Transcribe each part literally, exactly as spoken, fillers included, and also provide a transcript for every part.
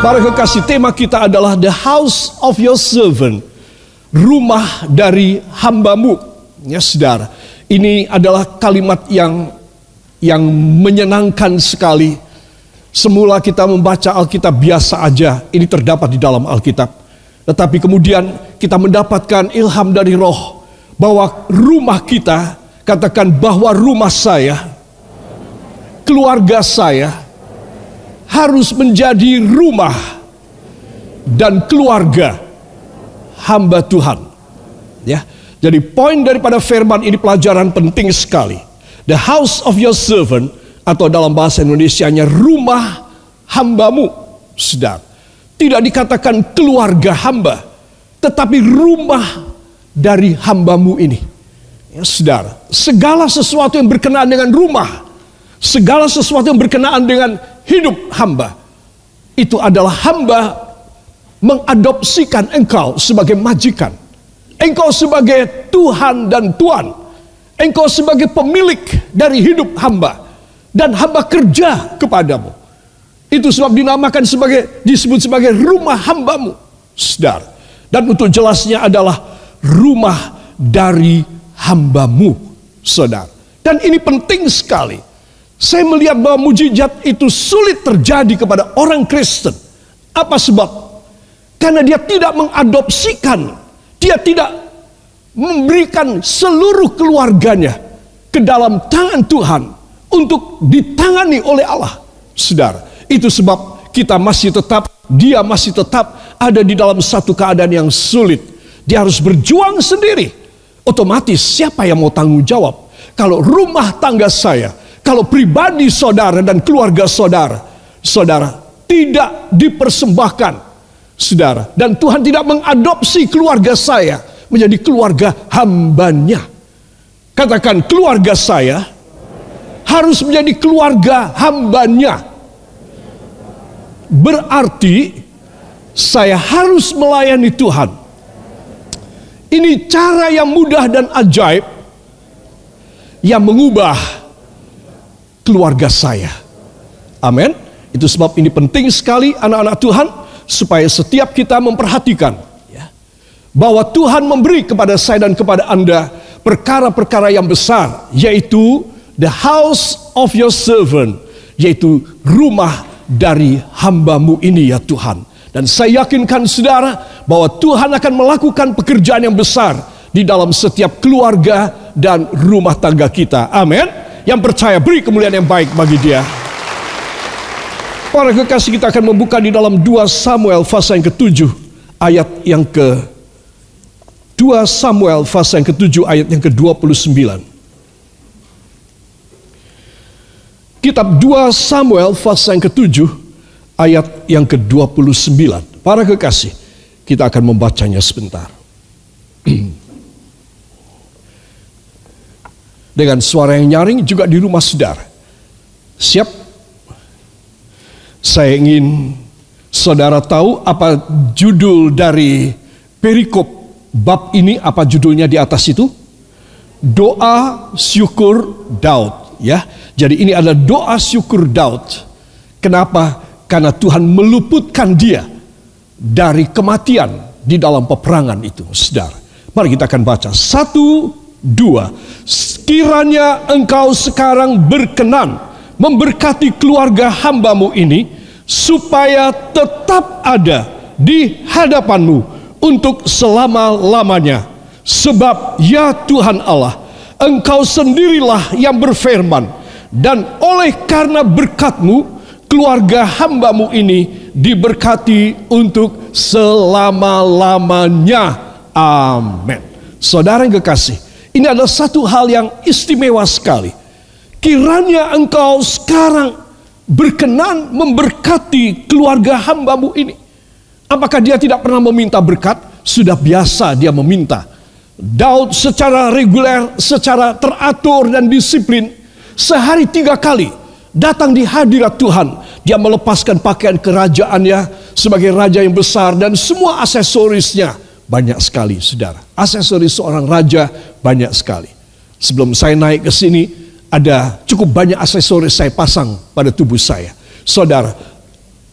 Para kekasih, tema kita adalah the house of your servant, rumah dari hambamu. Ya saudara, ini adalah kalimat yang yang menyenangkan sekali. Semula kita membaca Alkitab biasa aja, ini terdapat di dalam Alkitab. Tetapi kemudian kita mendapatkan ilham dari Roh bahwa rumah kita, katakan bahwa rumah saya, keluarga saya harus menjadi rumah dan keluarga hamba Tuhan. Ya, jadi poin daripada firman ini pelajaran penting sekali. The house of your servant, atau dalam bahasa Indonesianya rumah hambamu. Saudara, tidak dikatakan keluarga hamba, tetapi rumah dari hambamu ini. Ya, saudara, segala sesuatu yang berkenaan dengan rumah, segala sesuatu yang berkenaan dengan hidup hamba, itu adalah hamba mengadopsikan engkau sebagai majikan, engkau sebagai Tuhan dan Tuan, engkau sebagai pemilik dari hidup hamba, dan hamba kerja kepadamu. Itu sebab dinamakan sebagai, disebut sebagai rumah hambamu, saudara. Dan untuk jelasnya adalah rumah dari hambamu, saudara. Dan ini penting sekali. Saya melihat bahwa mujizat itu sulit terjadi kepada orang Kristen. Apa sebab? Karena dia tidak mengadopsikan, dia tidak memberikan seluruh keluarganya ke dalam tangan Tuhan untuk ditangani oleh Allah. Saudara, itu sebab kita masih tetap, dia masih tetap ada di dalam satu keadaan yang sulit. Dia harus berjuang sendiri. Otomatis siapa yang mau tanggung jawab? Kalau rumah tangga saya, kalau pribadi saudara dan keluarga saudara, saudara tidak dipersembahkan, saudara, dan Tuhan tidak mengadopsi keluarga saya menjadi keluarga hambanya. Katakan, keluarga saya harus menjadi keluarga hambanya. Berarti saya harus melayani Tuhan. Ini cara yang mudah dan ajaib yang mengubah keluarga saya. Amin. Itu sebab ini penting sekali anak-anak Tuhan, supaya setiap kita memperhatikan ya, bahwa Tuhan memberi kepada saya dan kepada Anda perkara-perkara yang besar, yaitu the house of your servant, yaitu rumah dari hambamu ini ya Tuhan. Dan saya yakinkan saudara bahwa Tuhan akan melakukan pekerjaan yang besar di dalam setiap keluarga dan rumah tangga kita. Amin. Yang percaya beri kemuliaan yang baik bagi dia. Para kekasih, kita akan membuka di dalam dua Samuel pasal yang ketujuh ayat yang ke dua Samuel pasal yang ketujuh ayat yang ke dua puluh sembilan. Kitab dua Samuel pasal yang ketujuh ayat yang ke dua puluh sembilan. Para kekasih, kita akan membacanya sebentar. Dengan suara yang nyaring juga di rumah saudara. Siap? Saya ingin saudara tahu apa judul dari perikop bab ini, apa judulnya di atas itu? Doa syukur Daud, ya. Jadi ini adalah doa syukur Daud. Kenapa? Karena Tuhan meluputkan dia dari kematian di dalam peperangan itu, saudara. Mari kita akan baca. Satu, dua. Kiranya engkau sekarang berkenan memberkati keluarga hambamu ini, supaya tetap ada di hadapanmu untuk selama-lamanya. Sebab ya Tuhan Allah, engkau sendirilah yang berfirman, dan oleh karena berkat-Mu, keluarga hambamu ini diberkati untuk selama-lamanya. Amin. Saudara yang kekasih, ini adalah satu hal yang istimewa sekali. Kiranya engkau sekarang berkenan memberkati keluarga hambamu ini. Apakah dia tidak pernah meminta berkat? Sudah biasa dia meminta. Daud secara reguler, secara teratur dan disiplin, sehari tiga kali datang di hadirat Tuhan. Dia melepaskan pakaian kerajaannya sebagai raja yang besar dan semua aksesorisnya. Banyak sekali, saudara. Aksesoris seorang raja banyak sekali. Sebelum saya naik ke sini, ada cukup banyak aksesoris saya pasang pada tubuh saya. Saudara,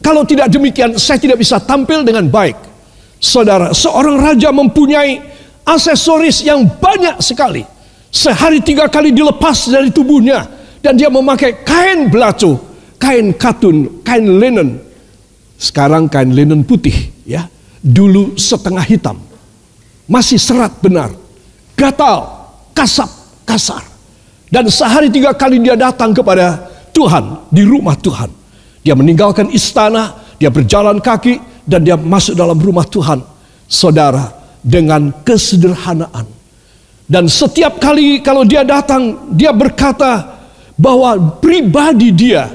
Kalau tidak demikian, saya tidak bisa tampil dengan baik. Saudara, seorang raja mempunyai aksesoris yang banyak sekali. Sehari tiga kali dilepas dari tubuhnya. Dan dia memakai kain belaco, kain katun, kain linen. Sekarang kain linen putih, ya. Dulu setengah hitam. Masih serat benar. Gatal, kasap, kasar. Dan sehari tiga kali dia datang kepada Tuhan di rumah Tuhan. Dia meninggalkan istana, dia berjalan kaki, dan dia masuk dalam rumah Tuhan. Saudara, dengan kesederhanaan. Dan setiap kali kalau dia datang, dia berkata bahwa pribadi dia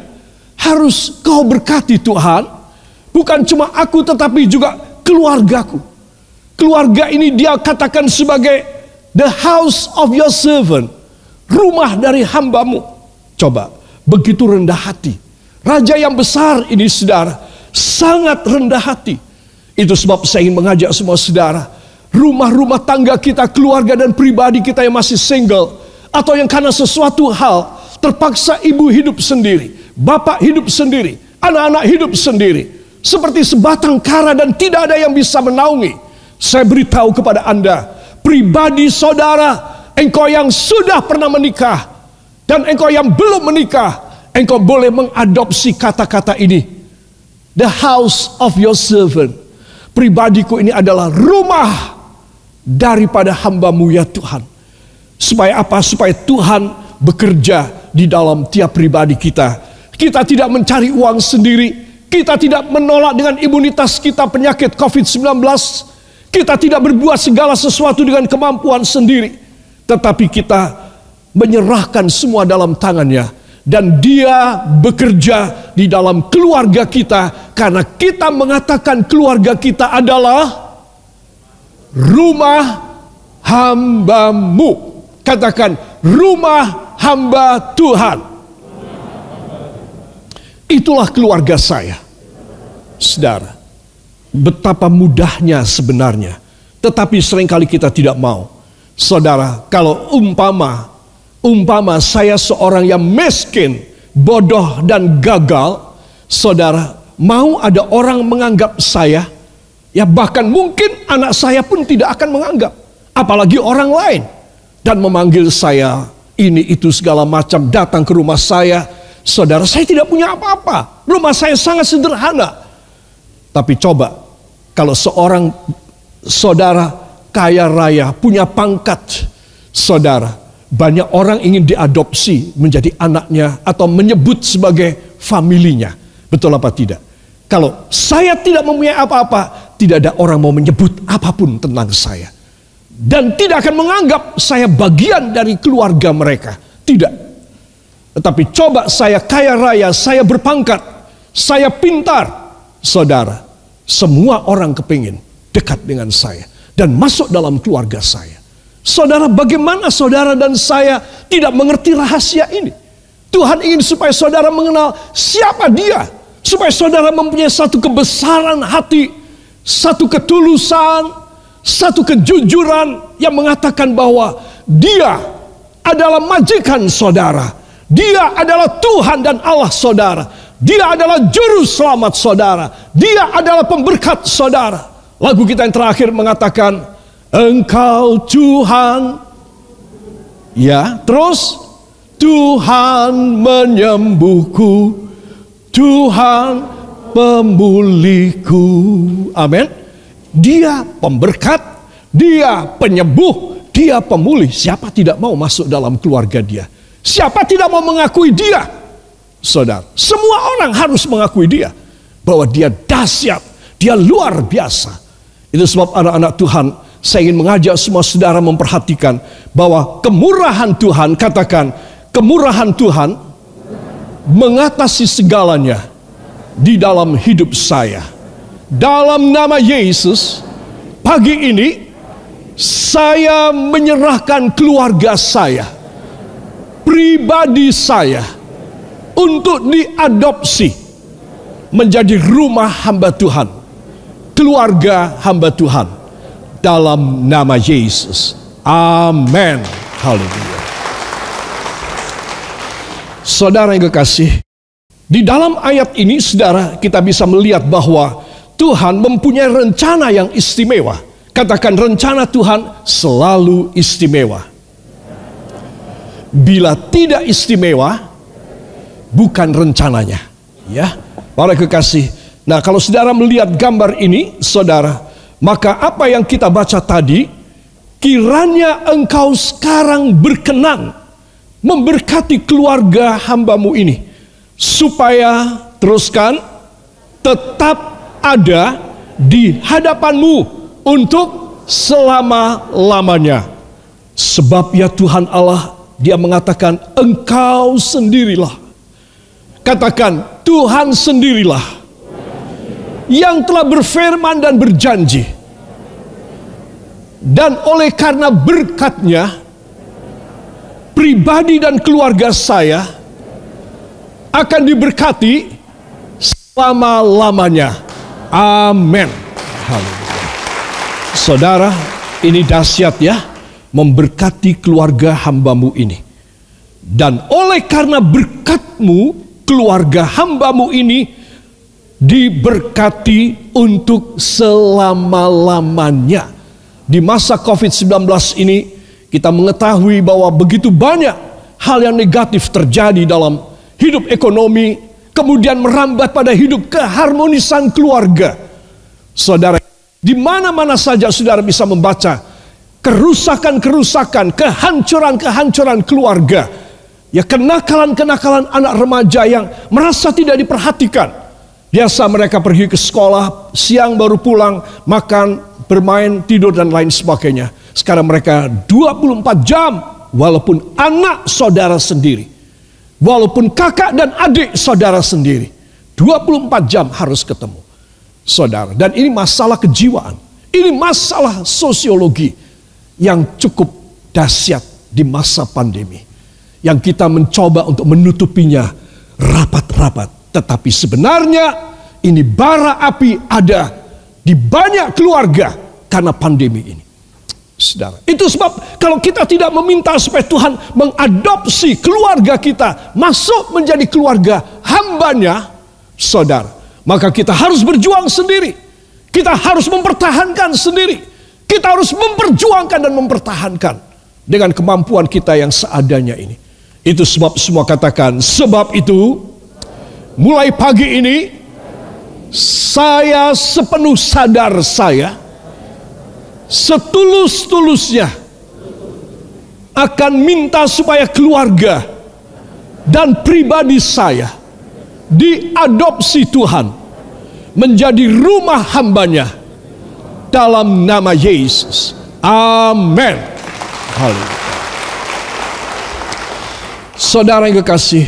harus kau berkati Tuhan. Bukan cuma aku tetapi juga keluargaku. Keluarga ini dia katakan sebagai the house of your servant. Rumah dari hambamu. Coba, begitu rendah hati. Raja yang besar ini saudara, sangat rendah hati. Itu sebab saya ingin mengajak semua saudara, rumah-rumah tangga kita, keluarga dan pribadi kita yang masih single, atau yang karena sesuatu hal terpaksa ibu hidup sendiri, bapak hidup sendiri, anak-anak hidup sendiri, seperti sebatang kara dan tidak ada yang bisa menaungi. Saya beritahu kepada Anda, pribadi saudara, engkau yang sudah pernah menikah dan engkau yang belum menikah, engkau boleh mengadopsi kata-kata ini. The house of your servant. Pribadiku ini adalah rumah daripada hambamu ya Tuhan. Supaya apa? Supaya Tuhan bekerja di dalam tiap pribadi kita. Kita tidak mencari uang sendiri. Kita tidak menolak dengan imunitas kita penyakit covid sembilan belas. Kita tidak berbuat segala sesuatu dengan kemampuan sendiri. Tetapi kita menyerahkan semua dalam tangannya. Dan dia bekerja di dalam keluarga kita. Karena kita mengatakan keluarga kita adalah rumah hambamu. Katakan rumah hamba Tuhan. Itulah keluarga saya. Saudara, betapa mudahnya sebenarnya. Tetapi seringkali kita tidak mau. Saudara, kalau umpama Umpama saya seorang yang miskin, bodoh dan gagal, saudara, mau ada orang menganggap saya, ya bahkan mungkin anak saya pun tidak akan menganggap, apalagi orang lain, dan memanggil saya ini itu segala macam, datang ke rumah saya. Saudara, saya tidak punya apa-apa, rumah saya sangat sederhana. Tapi coba kalau seorang saudara kaya raya, punya pangkat, saudara, banyak orang ingin diadopsi menjadi anaknya atau menyebut sebagai familinya. Betul apa tidak? Kalau saya tidak mempunyai apa-apa, tidak ada orang mau menyebut apapun tentang saya. Dan tidak akan menganggap saya bagian dari keluarga mereka. Tidak. Tetapi coba saya kaya raya, saya berpangkat, saya pintar. Saudara, semua orang kepingin dekat dengan saya dan masuk dalam keluarga saya. Saudara, bagaimana saudara dan saya tidak mengerti rahasia ini? Tuhan ingin supaya saudara mengenal siapa dia. Supaya saudara mempunyai satu kebesaran hati, satu ketulusan, satu kejujuran yang mengatakan bahwa dia adalah majikan saudara. Dia adalah Tuhan dan Allah saudara. Dia adalah juru selamat saudara. Dia adalah pemberkat saudara. Lagu kita yang terakhir mengatakan, Engkau Tuhan, ya, terus Tuhan menyembuhku, Tuhan pemulihku, amin. Dia pemberkat, dia penyembuh, dia pemulih. Siapa tidak mau masuk dalam keluarga dia? Siapa tidak mau mengakui dia? Saudara, semua orang harus mengakui dia, bahwa dia dahsyat, dia luar biasa. Itu sebab anak-anak Tuhan, saya ingin mengajak semua saudara memperhatikan bahwa kemurahan Tuhan, katakan kemurahan Tuhan mengatasi segalanya di dalam hidup saya. Dalam nama Yesus, pagi ini saya menyerahkan keluarga saya, pribadi saya, untuk diadopsi menjadi rumah hamba Tuhan, keluarga hamba Tuhan. Dalam nama Yesus. Amin. Haleluya. Saudara yang kekasih, Di dalam ayat ini, saudara, kita bisa melihat bahwa Tuhan mempunyai rencana yang istimewa. Katakan, rencana Tuhan selalu istimewa. Bila tidak istimewa, bukan rencananya. Ya, para kekasih. Nah, kalau saudara melihat gambar ini, saudara, maka apa yang kita baca tadi, kiranya engkau sekarang berkenan memberkati keluarga hambamu ini, supaya, teruskan, tetap ada di hadapanmu untuk selama-lamanya. Sebab ya Tuhan Allah, Dia mengatakan, engkau sendirilah. Katakan, Tuhan sendirilah yang telah berfirman dan berjanji. Dan oleh karena berkat-Nya, pribadi dan keluarga saya akan diberkati selama-lamanya. Amin. Haleluya. Saudara, ini dahsyat ya, memberkati keluarga hambamu ini. Dan oleh karena berkat-Mu, keluarga hambamu ini diberkati untuk selama-lamanya. Di masa covid sembilan belas ini, kita mengetahui bahwa begitu banyak hal yang negatif terjadi dalam hidup ekonomi, kemudian merambat pada hidup keharmonisan keluarga. Saudara, di mana-mana saja saudara bisa membaca kerusakan-kerusakan, kehancuran-kehancuran keluarga. Ya, kenakalan-kenakalan anak remaja yang merasa tidak diperhatikan. Biasa mereka pergi ke sekolah, siang baru pulang, makan, bermain, tidur, dan lain sebagainya. Sekarang mereka dua puluh empat jam, walaupun anak saudara sendiri, walaupun kakak dan adik saudara sendiri, dua puluh empat jam harus ketemu, saudara. Dan ini masalah kejiwaan, ini masalah sosiologi yang cukup dahsyat di masa pandemi, yang kita mencoba untuk menutupinya rapat-rapat. Tetapi sebenarnya ini bara api ada di banyak keluarga karena pandemi ini. Saudara, itu sebab kalau kita tidak meminta supaya Tuhan mengadopsi keluarga kita masuk menjadi keluarga hambanya, saudara, maka kita harus berjuang sendiri. Kita harus mempertahankan sendiri. Kita harus memperjuangkan dan mempertahankan dengan kemampuan kita yang seadanya ini. Itu sebab semua katakan, sebab itu mulai pagi ini saya sepenuh sadar saya, setulus-tulusnya akan minta supaya keluarga dan pribadi saya diadopsi Tuhan menjadi rumah hambanya dalam nama Yesus. Amin. Haleluya. Saudara yang kekasih,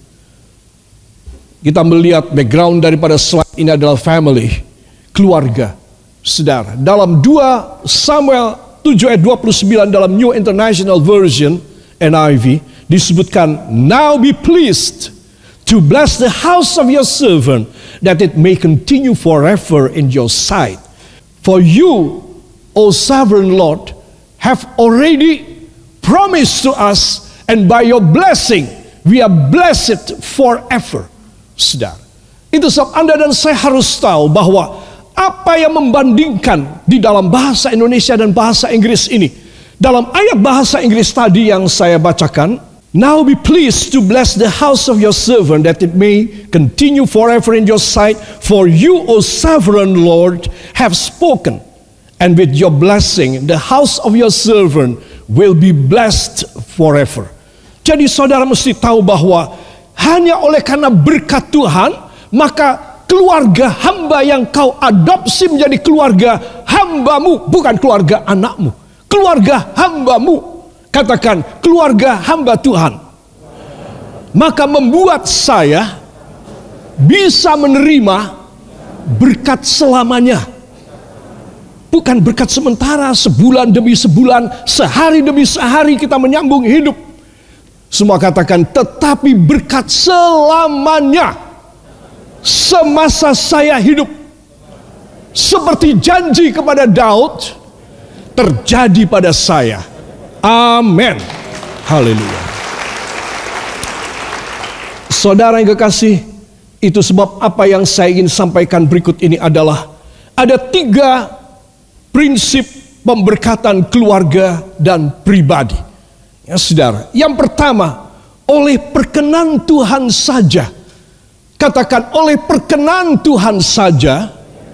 kita melihat background daripada slide ini adalah family, keluarga. Saudara, dalam dua Samuel tujuh ayat dua puluh sembilan dalam New International Version N I V disebutkan, now be pleased to bless the house of your servant, that it may continue forever in your sight. For you, O sovereign Lord, have already promised to us, and by your blessing we are blessed forever. Saudara, itu sebab Anda dan saya harus tahu bahwa apa yang membandingkan di dalam bahasa Indonesia dan bahasa Inggris ini, dalam ayat bahasa Inggris tadi yang saya bacakan, now be pleased to bless the house of your servant, that it may continue forever in your sight. For you, O sovereign Lord, have spoken, and with your blessing the house of your servant will be blessed forever. Jadi saudara mesti tahu bahwa hanya oleh karena berkat Tuhan, maka keluarga hamba yang kau adopsi menjadi keluarga hambamu, bukan keluarga anakmu, keluarga hambamu. Katakan, keluarga hamba Tuhan. Maka membuat saya bisa menerima berkat selamanya. Bukan berkat sementara, sebulan demi sebulan, sehari demi sehari kita menyambung hidup. Semua katakan, tetapi berkat selamanya, semasa saya hidup. Seperti janji kepada Daud, terjadi pada saya. Amin. Haleluya. Saudara yang kekasih, Itu sebab apa yang saya ingin sampaikan berikut ini adalah ada tiga prinsip pemberkatan keluarga dan pribadi. Ya saudara, yang pertama, oleh perkenan Tuhan saja. Katakan, oleh perkenan Tuhan saja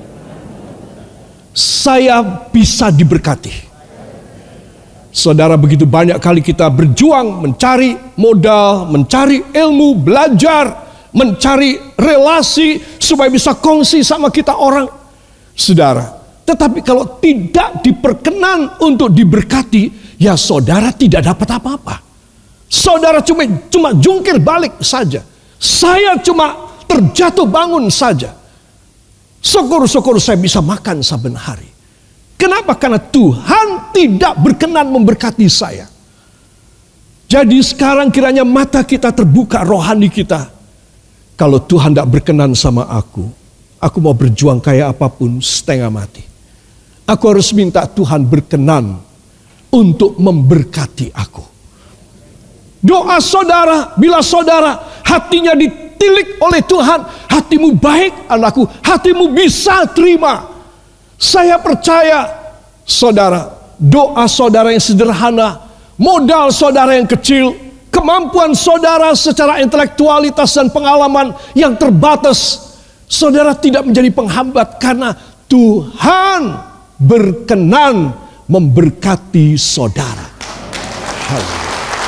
saya bisa diberkati. Saudara, begitu banyak kali kita berjuang mencari modal, mencari ilmu, belajar, mencari relasi supaya bisa kongsi sama kita orang. Saudara, tetapi kalau tidak diperkenan untuk diberkati, ya saudara tidak dapat apa-apa. Saudara cuma cuma jungkir balik saja. Saya cuma terjatuh bangun saja. Syukur-syukur saya bisa makan saben hari. Kenapa? Karena Tuhan tidak berkenan memberkati saya. Jadi sekarang kiranya mata kita terbuka, rohani kita. Kalau Tuhan tidak berkenan sama aku, aku mau berjuang kayak apapun setengah mati. Aku harus minta Tuhan berkenan untuk memberkati aku. Doa saudara, bila saudara hatinya ditilik oleh Tuhan, hatimu baik anakku, hatimu bisa terima. Saya percaya saudara, doa saudara yang sederhana, modal saudara yang kecil, kemampuan saudara secara intelektualitas dan pengalaman yang terbatas, saudara tidak menjadi penghambat karena Tuhan berkenan memberkati saudara. Haleluya.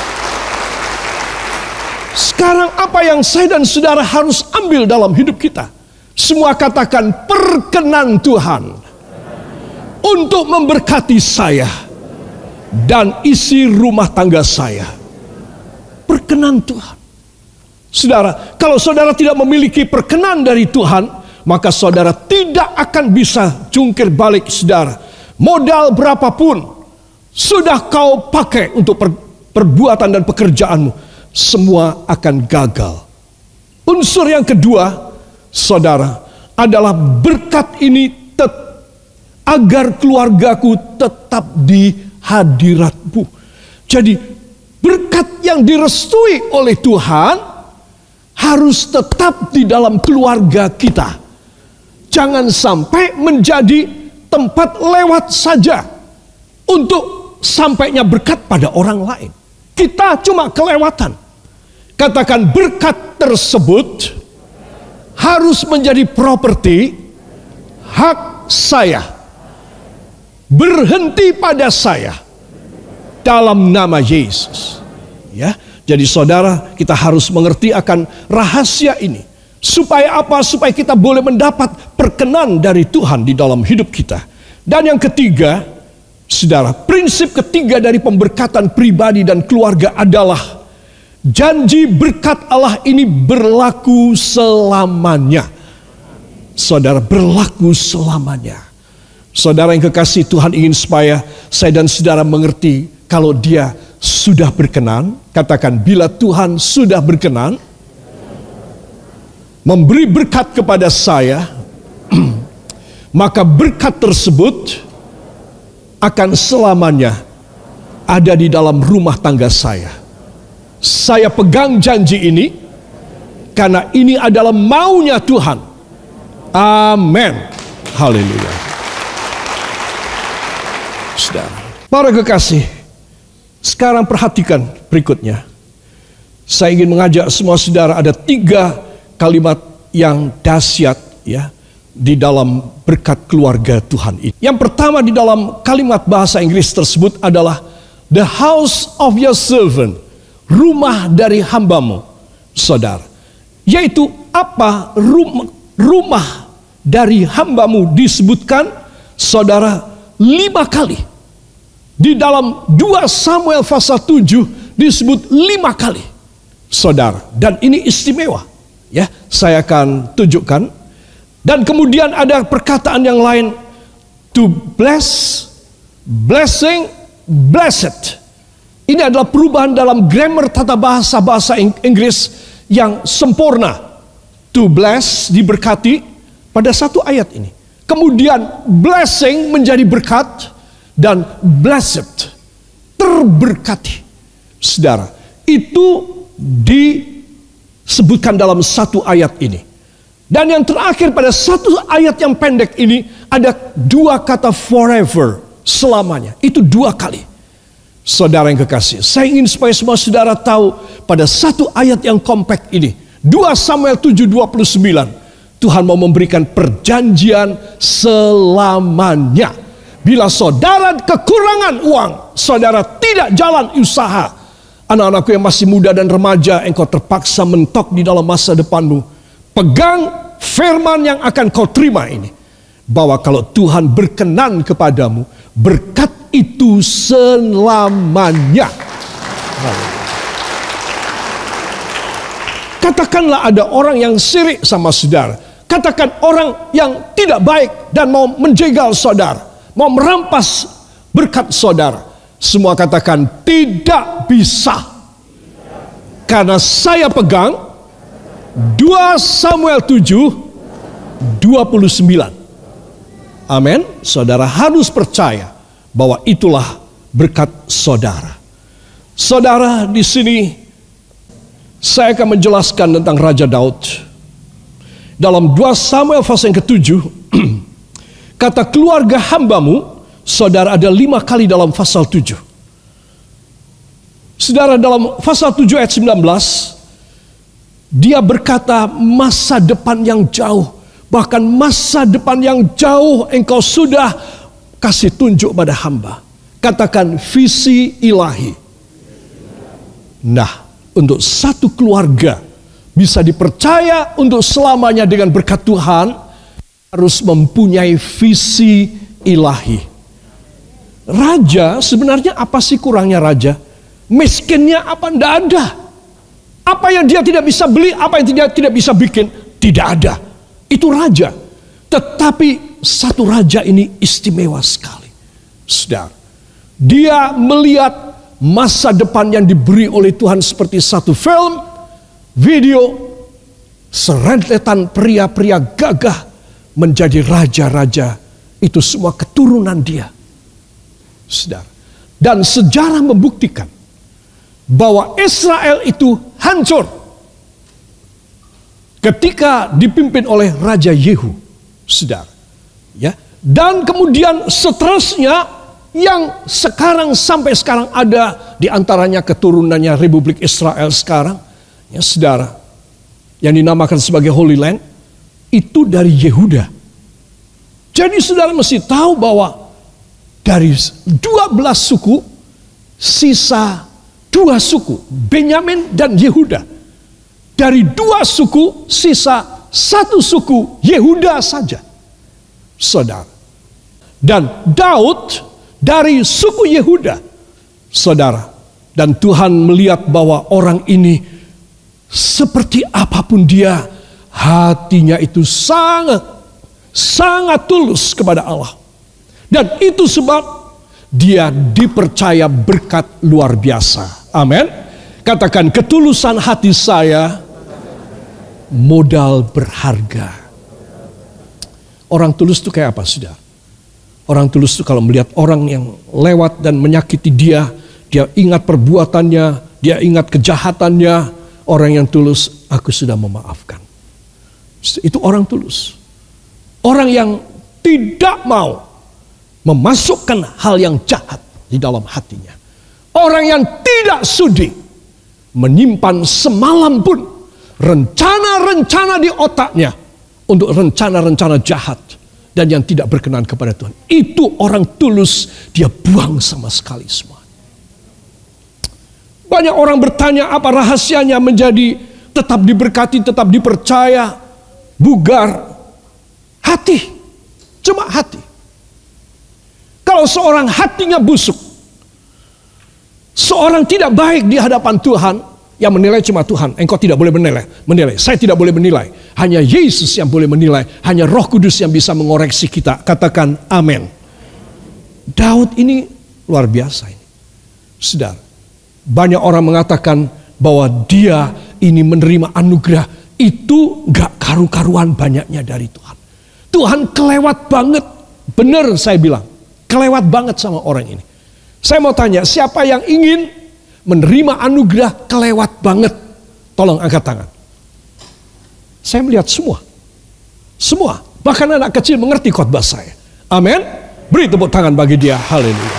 Sekarang apa yang saya dan saudara harus ambil dalam hidup kita? Semua katakan, perkenan Tuhan untuk memberkati saya dan isi rumah tangga saya. Perkenan Tuhan. Saudara, kalau saudara tidak memiliki perkenan dari Tuhan, maka saudara tidak akan bisa jungkir balik saudara. Modal berapapun sudah kau pakai untuk per, perbuatan dan pekerjaanmu, semua akan gagal. Unsur yang kedua, saudara, adalah berkat ini tet, agar keluargaku tetap di hadirat-Mu. Jadi berkat yang direstui oleh Tuhan harus tetap di dalam keluarga kita. Jangan sampai menjadi tempat lewat saja untuk sampainya berkat pada orang lain. Kita cuma kelewatan. Katakan, berkat tersebut harus menjadi properti hak saya. Berhenti pada saya dalam nama Yesus. Ya, jadi saudara, kita harus mengerti akan rahasia ini. Supaya apa? Supaya kita boleh mendapat perkenan dari Tuhan di dalam hidup kita. Dan yang ketiga, saudara, prinsip ketiga dari pemberkatan pribadi dan keluarga adalah janji berkat Allah ini berlaku selamanya. Saudara, berlaku selamanya. Saudara yang kekasih, Tuhan ingin supaya saya dan saudara mengerti kalau Dia sudah berkenan. Katakan, bila Tuhan sudah berkenan memberi berkat kepada saya, maka berkat tersebut akan selamanya ada di dalam rumah tangga saya. Saya pegang janji ini karena ini adalah maunya Tuhan. Amin. Haleluya. Saudara, para kekasih, sekarang perhatikan berikutnya. Saya ingin mengajak semua saudara, ada tiga kalimat yang dahsyat ya di dalam berkat keluarga Tuhan ini. Yang pertama di dalam kalimat bahasa Inggris tersebut adalah the house of your servant, rumah dari hambamu, saudara. Yaitu apa rumah, rumah dari hambamu disebutkan, saudara, lima kali. Di dalam dua Samuel pasal tujuh disebut lima kali, saudara. Dan ini istimewa. Ya, saya akan tunjukkan. Dan kemudian ada perkataan yang lain, to bless, blessing, blessed. Ini adalah perubahan dalam grammar tata bahasa bahasa Inggris yang sempurna. To bless, diberkati pada satu ayat ini. Kemudian blessing menjadi berkat dan blessed, terberkati. Saudara, itu di sebutkan dalam satu ayat ini. Dan yang terakhir pada satu ayat yang pendek ini ada dua kata forever, selamanya. Itu dua kali. Saudara yang kekasih, saya ingin supaya semua saudara tahu pada satu ayat yang kompak ini, dua Samuel tujuh dua puluh sembilan, Tuhan mau memberikan perjanjian selamanya. Bila saudara kekurangan uang, saudara tidak jalan usaha. Anak-anakku yang masih muda dan remaja, engkau terpaksa mentok di dalam masa depanmu. Pegang firman yang akan kau terima ini, bahwa kalau Tuhan berkenan kepadamu, berkat itu selamanya. Katakanlah ada orang yang sirik sama saudara. Katakan orang yang tidak baik dan mau menjegal saudara, mau merampas berkat saudara. Semua katakan tidak bisa. Karena saya pegang dua Samuel tujuh dua puluh sembilan. Amin. Saudara harus percaya bahwa itulah berkat saudara. Saudara, di sini saya akan menjelaskan tentang Raja Daud. Dalam dua Samuel pasal yang ketujuh, kata keluarga hambamu, saudara, ada lima kali dalam pasal tujuh. Saudara, dalam pasal tujuh ayat sembilan belas, dia berkata masa depan yang jauh, bahkan masa depan yang jauh engkau sudah kasih tunjuk pada hamba. Katakan visi ilahi. Nah, untuk satu keluarga bisa dipercaya untuk selamanya dengan berkat Tuhan, harus mempunyai visi ilahi. Raja, sebenarnya apa sih kurangnya raja? Miskinnya apa? Tidak ada. Apa yang dia tidak bisa beli, apa yang dia tidak bisa bikin, tidak ada. Itu raja. Tetapi satu raja ini istimewa sekali. Saudara, dia melihat masa depan yang diberi oleh Tuhan seperti satu film, video, serentetan pria-pria gagah menjadi raja-raja. Itu semua keturunan dia. Saudara, dan sejarah membuktikan bahwa Israel itu hancur ketika dipimpin oleh Raja Yehu, saudara. Ya, dan kemudian seterusnya yang sekarang sampai sekarang ada di antaranya keturunannya Republik Israel sekarang, ya saudara, yang dinamakan sebagai Holy Land, itu dari Yehuda. Jadi saudara mesti tahu bahwa dari dua belas suku, sisa dua suku, Benyamin dan Yehuda. Dari dua suku, sisa satu suku, Yehuda saja. Saudara. Dan Daud dari suku Yehuda. Saudara. Dan Tuhan melihat bahwa orang ini, seperti apapun dia, hatinya itu sangat, sangat tulus kepada Allah. Dan itu sebab dia dipercaya berkat luar biasa. Amin. Katakan, ketulusan hati saya modal berharga. Orang tulus itu kayak apa, saudara? Orang tulus itu kalau melihat orang yang lewat dan menyakiti dia, dia ingat perbuatannya, dia ingat kejahatannya. Orang yang tulus, aku sudah memaafkan. Itu orang tulus. Orang yang tidak mau memasukkan hal yang jahat di dalam hatinya. Orang yang tidak sudi menyimpan semalam pun rencana-rencana di otaknya untuk rencana-rencana jahat dan yang tidak berkenan kepada Tuhan. Itu orang tulus, dia buang sama sekali semua. Banyak orang bertanya apa rahasianya menjadi tetap diberkati, tetap dipercaya, bugar. Hati, cuma hati. Kalau seorang hatinya busuk, seorang tidak baik di hadapan Tuhan, yang menilai cuma Tuhan. Engkau tidak boleh menilai. menilai. Saya tidak boleh menilai. Hanya Yesus yang boleh menilai. Hanya Roh Kudus yang bisa mengoreksi kita. Katakan amin. Daud ini luar biasa ini. Saudara, banyak orang mengatakan bahwa dia ini menerima anugerah. Itu gak karu-karuan banyaknya dari Tuhan. Tuhan kelewat banget. Benar saya bilang. Kelewat banget sama orang ini. Saya mau tanya, siapa yang ingin menerima anugerah kelewat banget? Tolong angkat tangan. Saya melihat semua. Semua. Bahkan anak kecil mengerti khotbah saya. Amin. Beri tepuk tangan bagi dia. Haleluya.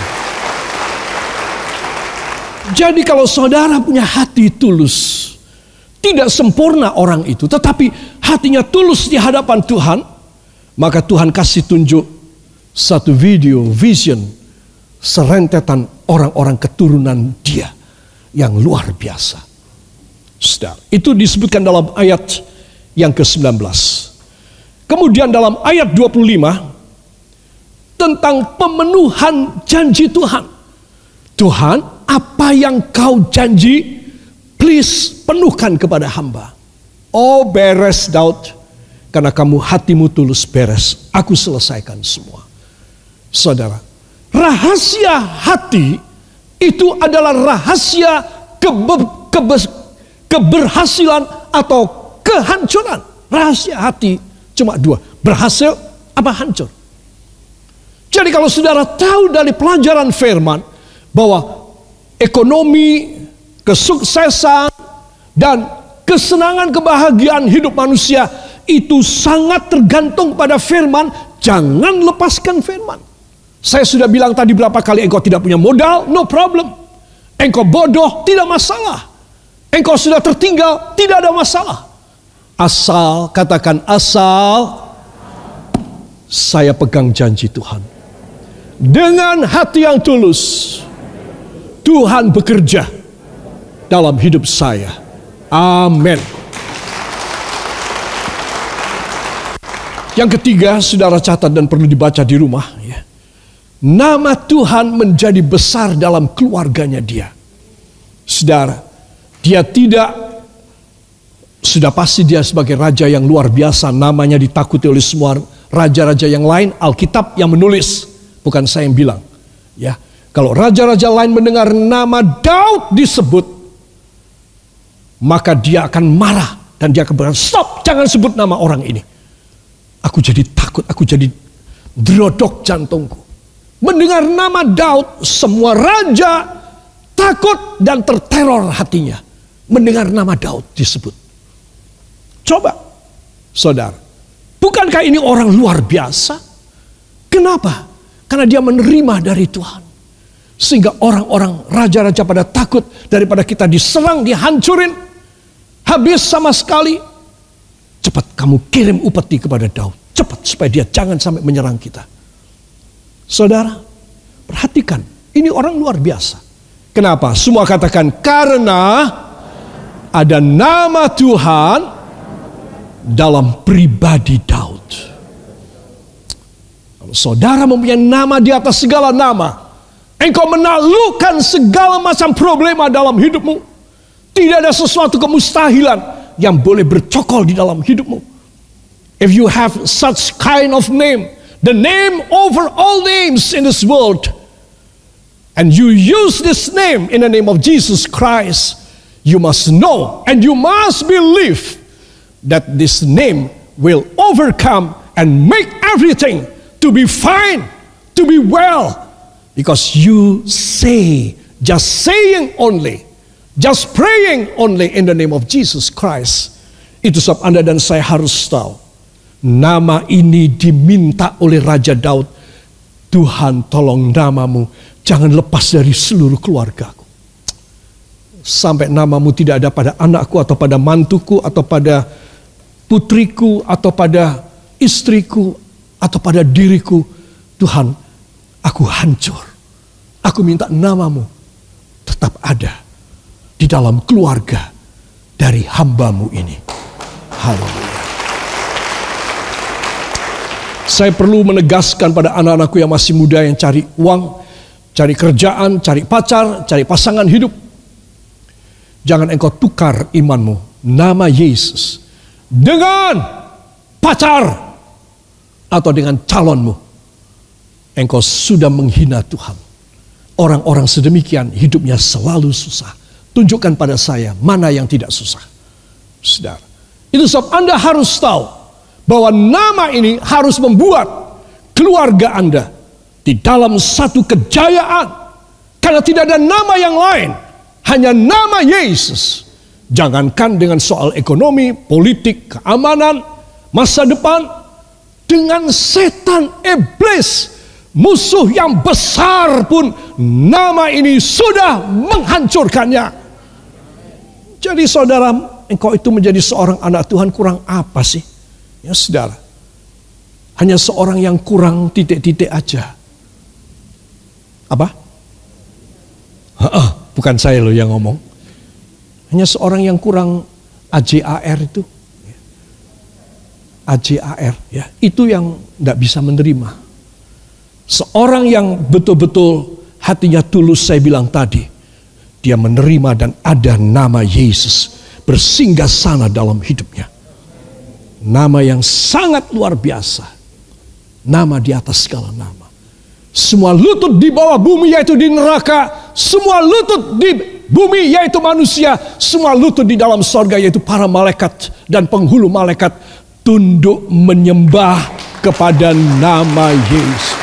Jadi kalau saudara punya hati tulus, tidak sempurna orang itu, tetapi hatinya tulus di hadapan Tuhan, maka Tuhan kasih tunjuk satu video, vision, serentetan orang-orang keturunan dia yang luar biasa. Saudara, itu disebutkan dalam ayat yang ke sembilan belas. Kemudian dalam ayat dua puluh lima, tentang pemenuhan janji Tuhan. Tuhan, apa yang kau janji, please penuhkan kepada hamba. Oh beres Daud, karena kamu hatimu tulus, beres. Aku selesaikan semua. Saudara, rahasia hati itu adalah rahasia kebe, kebe, keberhasilan atau kehancuran. Rahasia hati cuma dua, berhasil apa hancur. Jadi kalau saudara tahu dari pelajaran firman bahwa ekonomi, kesuksesan, dan kesenangan kebahagiaan hidup manusia itu sangat tergantung pada firman, jangan lepaskan firman. Saya sudah bilang tadi berapa kali, engkau tidak punya modal, no problem. Engkau bodoh, tidak masalah. Engkau sudah tertinggal, tidak ada masalah. Asal, katakan asal, saya pegang janji Tuhan. Dengan hati yang tulus, Tuhan bekerja dalam hidup saya. Amin. Yang ketiga, saudara catat dan perlu dibaca di rumah, ya. Nama Tuhan menjadi besar dalam keluarganya dia. Saudara, dia tidak, sudah pasti dia sebagai raja yang luar biasa, namanya ditakuti oleh semua raja-raja yang lain. Alkitab yang menulis, bukan saya yang bilang. Ya, kalau raja-raja lain mendengar nama Daud disebut, maka dia akan marah dan dia akan berkata, stop, jangan sebut nama orang ini. Aku jadi takut, aku jadi drodok jantungku. Mendengar nama Daud, semua raja takut dan terteror hatinya. Mendengar nama Daud disebut. Coba, saudara, bukankah ini orang luar biasa? Kenapa? Karena dia menerima dari Tuhan. Sehingga orang-orang raja-raja pada takut daripada kita diserang, dihancurin, habis sama sekali. Cepat kamu kirim upeti kepada Daud. Cepat supaya dia jangan sampai menyerang kita. Saudara, perhatikan, ini orang luar biasa. Kenapa? Semua katakan, karena ada nama Tuhan dalam pribadi Daud. Kalau saudara mempunyai nama di atas segala nama, engkau menaklukkan segala macam problema dalam hidupmu. Tidak ada sesuatu kemustahilan yang boleh bercokol di dalam hidupmu. If you have such kind of name, the name over all names in this world, and you use this name in the name of Jesus Christ, you must know and you must believe that this name will overcome and make everything to be fine, to be well, because you say, just saying only, just praying only in the name of Jesus Christ. Itu sebab Anda dan saya harus tahu, nama ini diminta oleh Raja Daud. Tuhan, tolong namamu jangan lepas dari seluruh keluargaku. Sampai namamu tidak ada pada anakku atau pada mantuku atau pada putriku atau pada istriku atau pada diriku. Tuhan, aku hancur. Aku minta namamu tetap ada di dalam keluarga dari hambamu ini. Haleluya. Saya perlu menegaskan pada anak-anakku yang masih muda yang cari uang, cari kerjaan, cari pacar, cari pasangan hidup. Jangan engkau tukar imanmu, nama Yesus, dengan pacar atau dengan calonmu. Engkau sudah menghina Tuhan. Orang-orang sedemikian hidupnya selalu susah. Tunjukkan pada saya mana yang tidak susah. Saudara, itu sebab Anda harus tahu bahwa nama ini harus membuat keluarga Anda di dalam satu kejayaan. Karena tidak ada nama yang lain, hanya nama Yesus. Jangankan dengan soal ekonomi, politik, keamanan, masa depan, dengan setan iblis, musuh yang besar pun, nama ini sudah menghancurkannya. Jadi saudara, engkau itu menjadi seorang anak Tuhan kurang apa sih? Ya saudara, hanya seorang yang kurang titik-titik aja. Apa? Ha-ha, bukan saya loh yang ngomong. Hanya seorang yang kurang A J A R itu. A J A R ya, itu yang tidak bisa menerima. Seorang yang betul-betul hatinya tulus, saya bilang tadi, dia menerima dan ada nama Yesus bersinggah sana dalam hidupnya. Nama yang sangat luar biasa. Nama di atas segala nama. Semua lutut di bawah bumi yaitu di neraka, semua lutut di bumi yaitu manusia, semua lutut di dalam sorga yaitu para malaikat dan penghulu malaikat tunduk menyembah kepada nama Yesus.